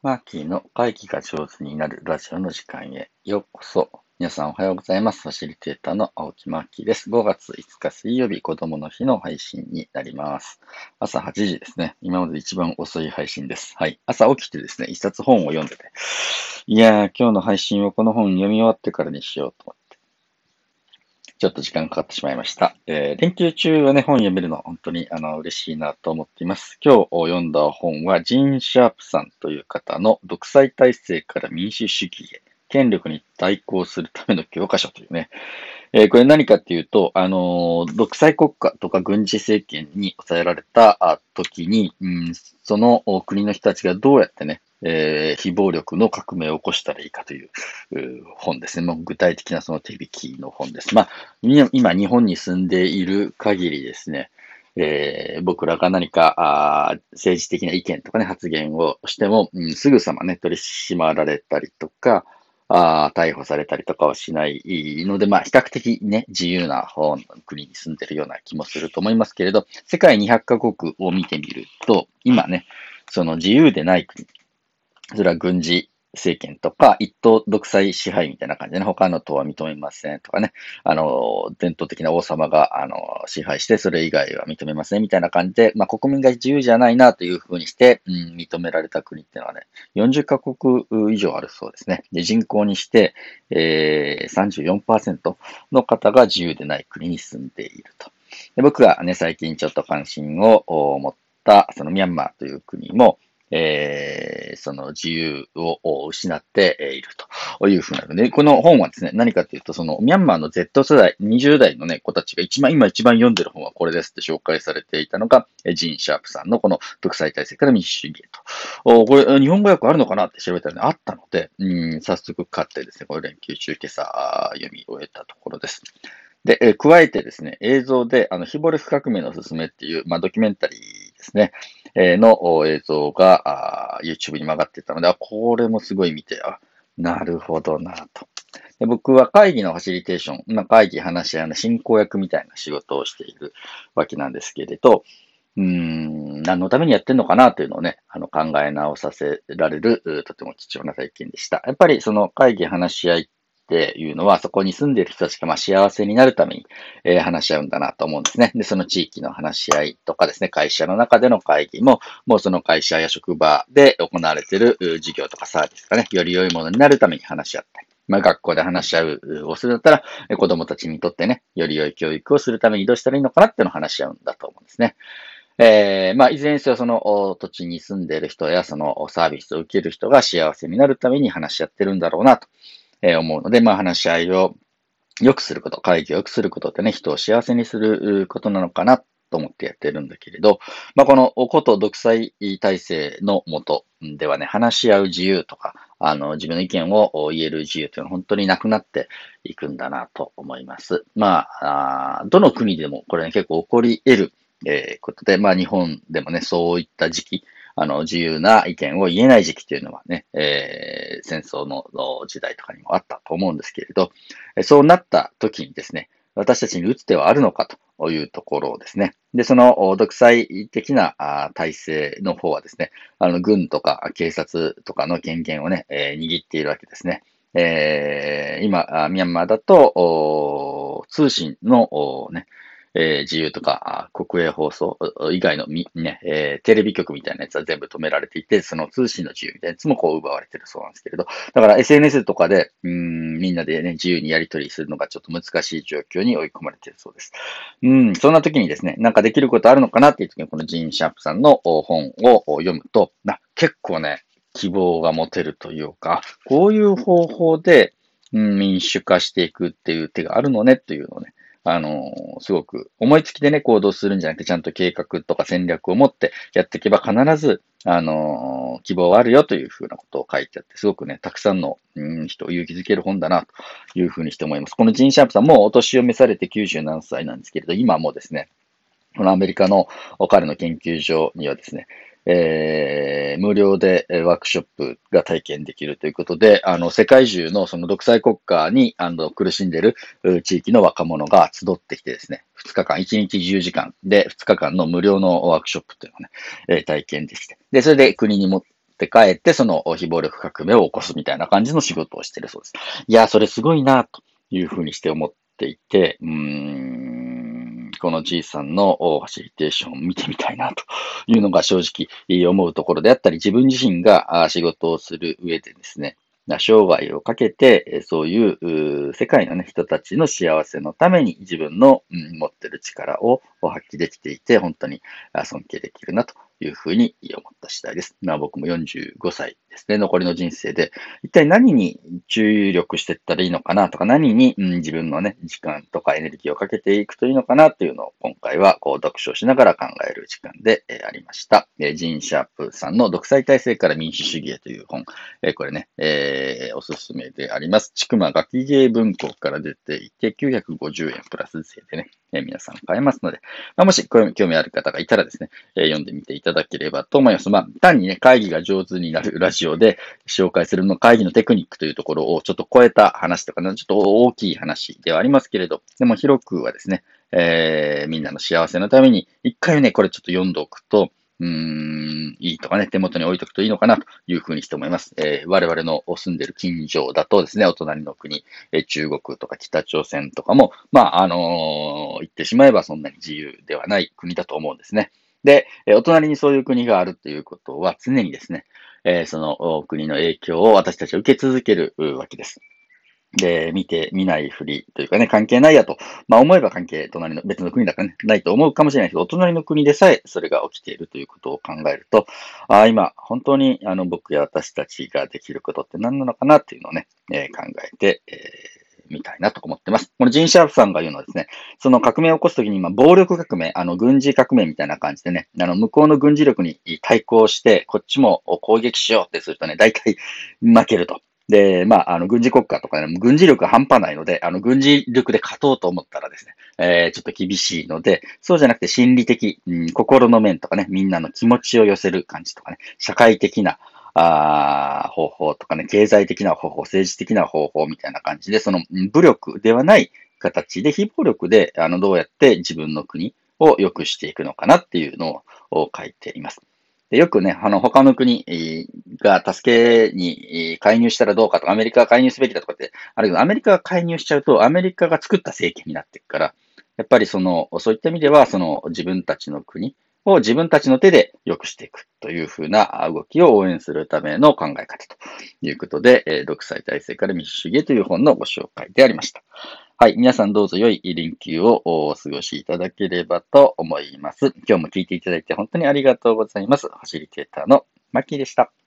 マーキーの会議が上手になるラジオの時間へようこそ。皆さんおはようございます。ファシリテーターの青木マーキーです。5月5日水曜日、子供の日の配信になります。朝8時ですね。今まで一番遅い配信です。はい。朝起きてですね、一冊本を読んでて。いやー、今日の配信をこの本読み終わってからにしようとちょっと時間かかってしまいました。連休中はね、本読めるのは本当に嬉しいなと思っています。今日読んだ本は、ジーン・シャープさんという方の独裁体制から民主主義へ、権力に対抗するための教科書というね。これ何かっていうと、独裁国家とか軍事政権に抑えられた時に、その国の人たちがどうやってね、非暴力の革命を起こしたらいいかという本ですね。もう具体的なその手引きの本です。まあ、今日本に住んでいる限りですね、僕らが何か政治的な意見とかね、発言をしても、すぐさまね、取り締まられたりとか、逮捕されたりとかはしないので、まあ、比較的ね、自由な方の国に住んでるような気もすると思いますけれど、世界200カ国を見てみると、今ね、その自由でない国、それは軍事政権とか、一党独裁支配みたいな感じでね、他の党は認めませんとかね、伝統的な王様が、支配して、それ以外は認めませんみたいな感じで、まあ、国民が自由じゃないなというふうにして、認められた国っていうのはね、40カ国以上あるそうですね。で、人口にして、34%の方が自由でない国に住んでいると。で僕がね、最近ちょっと関心を持った、そのミャンマーという国も、その自由を失っているというふうなので、この本はですね、何かというと、そのミャンマーの Z 世代、20代のね、子たちが今一番読んでる本はこれですって紹介されていたのが、ジーン・シャープさんのこの独裁体制から民主主義へと。これ、日本語訳あるのかなって調べたらね、あったので、早速買ってですね、これ連休中今朝読み終えたところです。で、加えてですね、映像で、ヒボレフ革命のすすめっていう、まあ、ドキュメンタリーですね、の映像がYouTube に曲がってたので、これもすごい見て、なるほどなと。で僕は会議のファシリテーション、まあ、会議話し合いの進行役みたいな仕事をしているわけなんですけれど、何のためにやってんのかなというのをね、考え直させられる、とても貴重な体験でした。やっぱりその会議話し合いっていうのは、そこに住んでいる人たちがまあ幸せになるために、話し合うんだなと思うんですね。で、その地域の話し合いとかですね、会社の中での会議も、もうその会社や職場で行われている事業とかサービスがね、より良いものになるために話し合ったり、まあ、学校で話し合うをするんだったら、子供たちにとってね、より良い教育をするためにどうしたらいいのかなっていうのを話し合うんだと思うんですね。まあ、いずれにせよ、その土地に住んでいる人や、そのサービスを受ける人が幸せになるために話し合ってるんだろうなと思うので、まあ、話し合いを良くすること、会議を良くすることってね、人を幸せにすることなのかなと思ってやってるんだけれど、まあ、このこと独裁体制のもとではね、話し合う自由とか、自分の意見を言える自由というのは本当になくなっていくんだなと思います。まあ、どの国でもこれね、結構起こり得ることで、まあ日本でもね、そういった時期、自由な意見を言えない時期というのはね、戦争の時代とかにもあったと思うんですけれど、そうなった時にですね、私たちに打つ手はあるのかというところをですね。で、その独裁的な体制の方はですね、軍とか警察とかの権限をね、握っているわけですね。今、ミャンマーだと、通信のね、自由とか、国営放送以外のね、テレビ局みたいなやつは全部止められていて、その通信の自由みたいなやつもこう奪われてるそうなんですけれど、だから SNS とかで、みんなでね、自由にやり取りするのがちょっと難しい状況に追い込まれているそうです。そんな時にですね、なんかできることあるのかなっていう時に、このジーン・シャープさんの本を読むと、結構ね、希望が持てるというか、こういう方法で、民主化していくっていう手があるのねっていうのをね、すごく思いつきでね、行動するんじゃなくて、ちゃんと計画とか戦略を持ってやっていけば必ず、希望はあるよというふうなことを書いてあって、すごくね、たくさんの、人を勇気づける本だな、というふうにして思います。このジン・シャープさんもお年を召されて90何歳なんですけれど、今もですね、このアメリカの彼の研究所にはですね、無料でワークショップが体験できるということで、世界中のその独裁国家に苦しんでいる地域の若者が集ってきてですね、2日間、1日10時間で2日間の無料のワークショップというのをね、体験できて、で、それで国にもって帰って、その非暴力革命を起こすみたいな感じの仕事をしてるそうです。いや、それすごいな、というふうにして思っていて、このじいさんのファシリテーションを見てみたいなというのが正直思うところであったり、自分自身が仕事をする上でですね、生涯をかけて、そういう世界の、ね、人たちの幸せのために自分の、持ってる力を発揮できていて、本当に尊敬できるなというふうに思った次第です。僕も45歳ですね、残りの人生で、一体何に注力していったらいいのかなとか、何に、自分のね、時間とかエネルギーをかけていくといいのかなっていうのを今回は読書をしながら考える時間でありました。ジーン・シャープさんの独裁体制から民主主義へという本、これね、おすすめであります。ちくまガキゲー文庫から出ていて、950円プラス税でね、皆さん買えますので、もし興味ある方がいたらですね、読んでみていただければと思います。単にね、会議が上手になるラジオで紹介するの会議のテクニックというところをちょっと超えた話とかね、ちょっと大きい話ではありますけれど、でも広くはですね、みんなの幸せのために、一回ね、これちょっと読んでおくと、いいとかね、手元に置いとくといいのかなというふうにして思います。我々の住んでる近所だとですね、お隣の国、中国とか北朝鮮とかも、言ってしまえばそんなに自由ではない国だと思うんですね。で、お隣にそういう国があるということは常にですね、その国の影響を私たちは受け続けるわけです。で、見ないふりというかね、関係ないやと。思えば隣の別の国だからね、ないと思うかもしれないけど、お隣の国でさえそれが起きているということを考えると、今、本当に僕や私たちができることって何なのかなっていうのをね、考えて、みたいなと思ってます。このジン・シャープさんが言うのはですね、その革命を起こすときに、暴力革命、軍事革命みたいな感じでね、向こうの軍事力に対抗して、こっちも攻撃しようってするとね、大体負けると。で、軍事国家とかね、軍事力半端ないので、軍事力で勝とうと思ったらですね、ちょっと厳しいので、そうじゃなくて心理的、心の面とかね、みんなの気持ちを寄せる感じとかね、社会的な、方法とかね、経済的な方法、政治的な方法みたいな感じで、その武力ではない形で、非暴力で、どうやって自分の国を良くしていくのかなっていうのを書いています。でよくね、他の国が助けに介入したらどうかとか、アメリカが介入すべきだとかって、あるけど、アメリカが介入しちゃうと、アメリカが作った政権になっていくから、やっぱりそういった意味では、自分たちの国を自分たちの手で良くしていくというふうな動きを応援するための考え方ということで、独裁体制から民主主義へという本のご紹介でありました。はい。皆さんどうぞ良い連休をお過ごしいただければと思います。今日も聞いていただいて本当にありがとうございます。ファシリテーターのマッキーでした。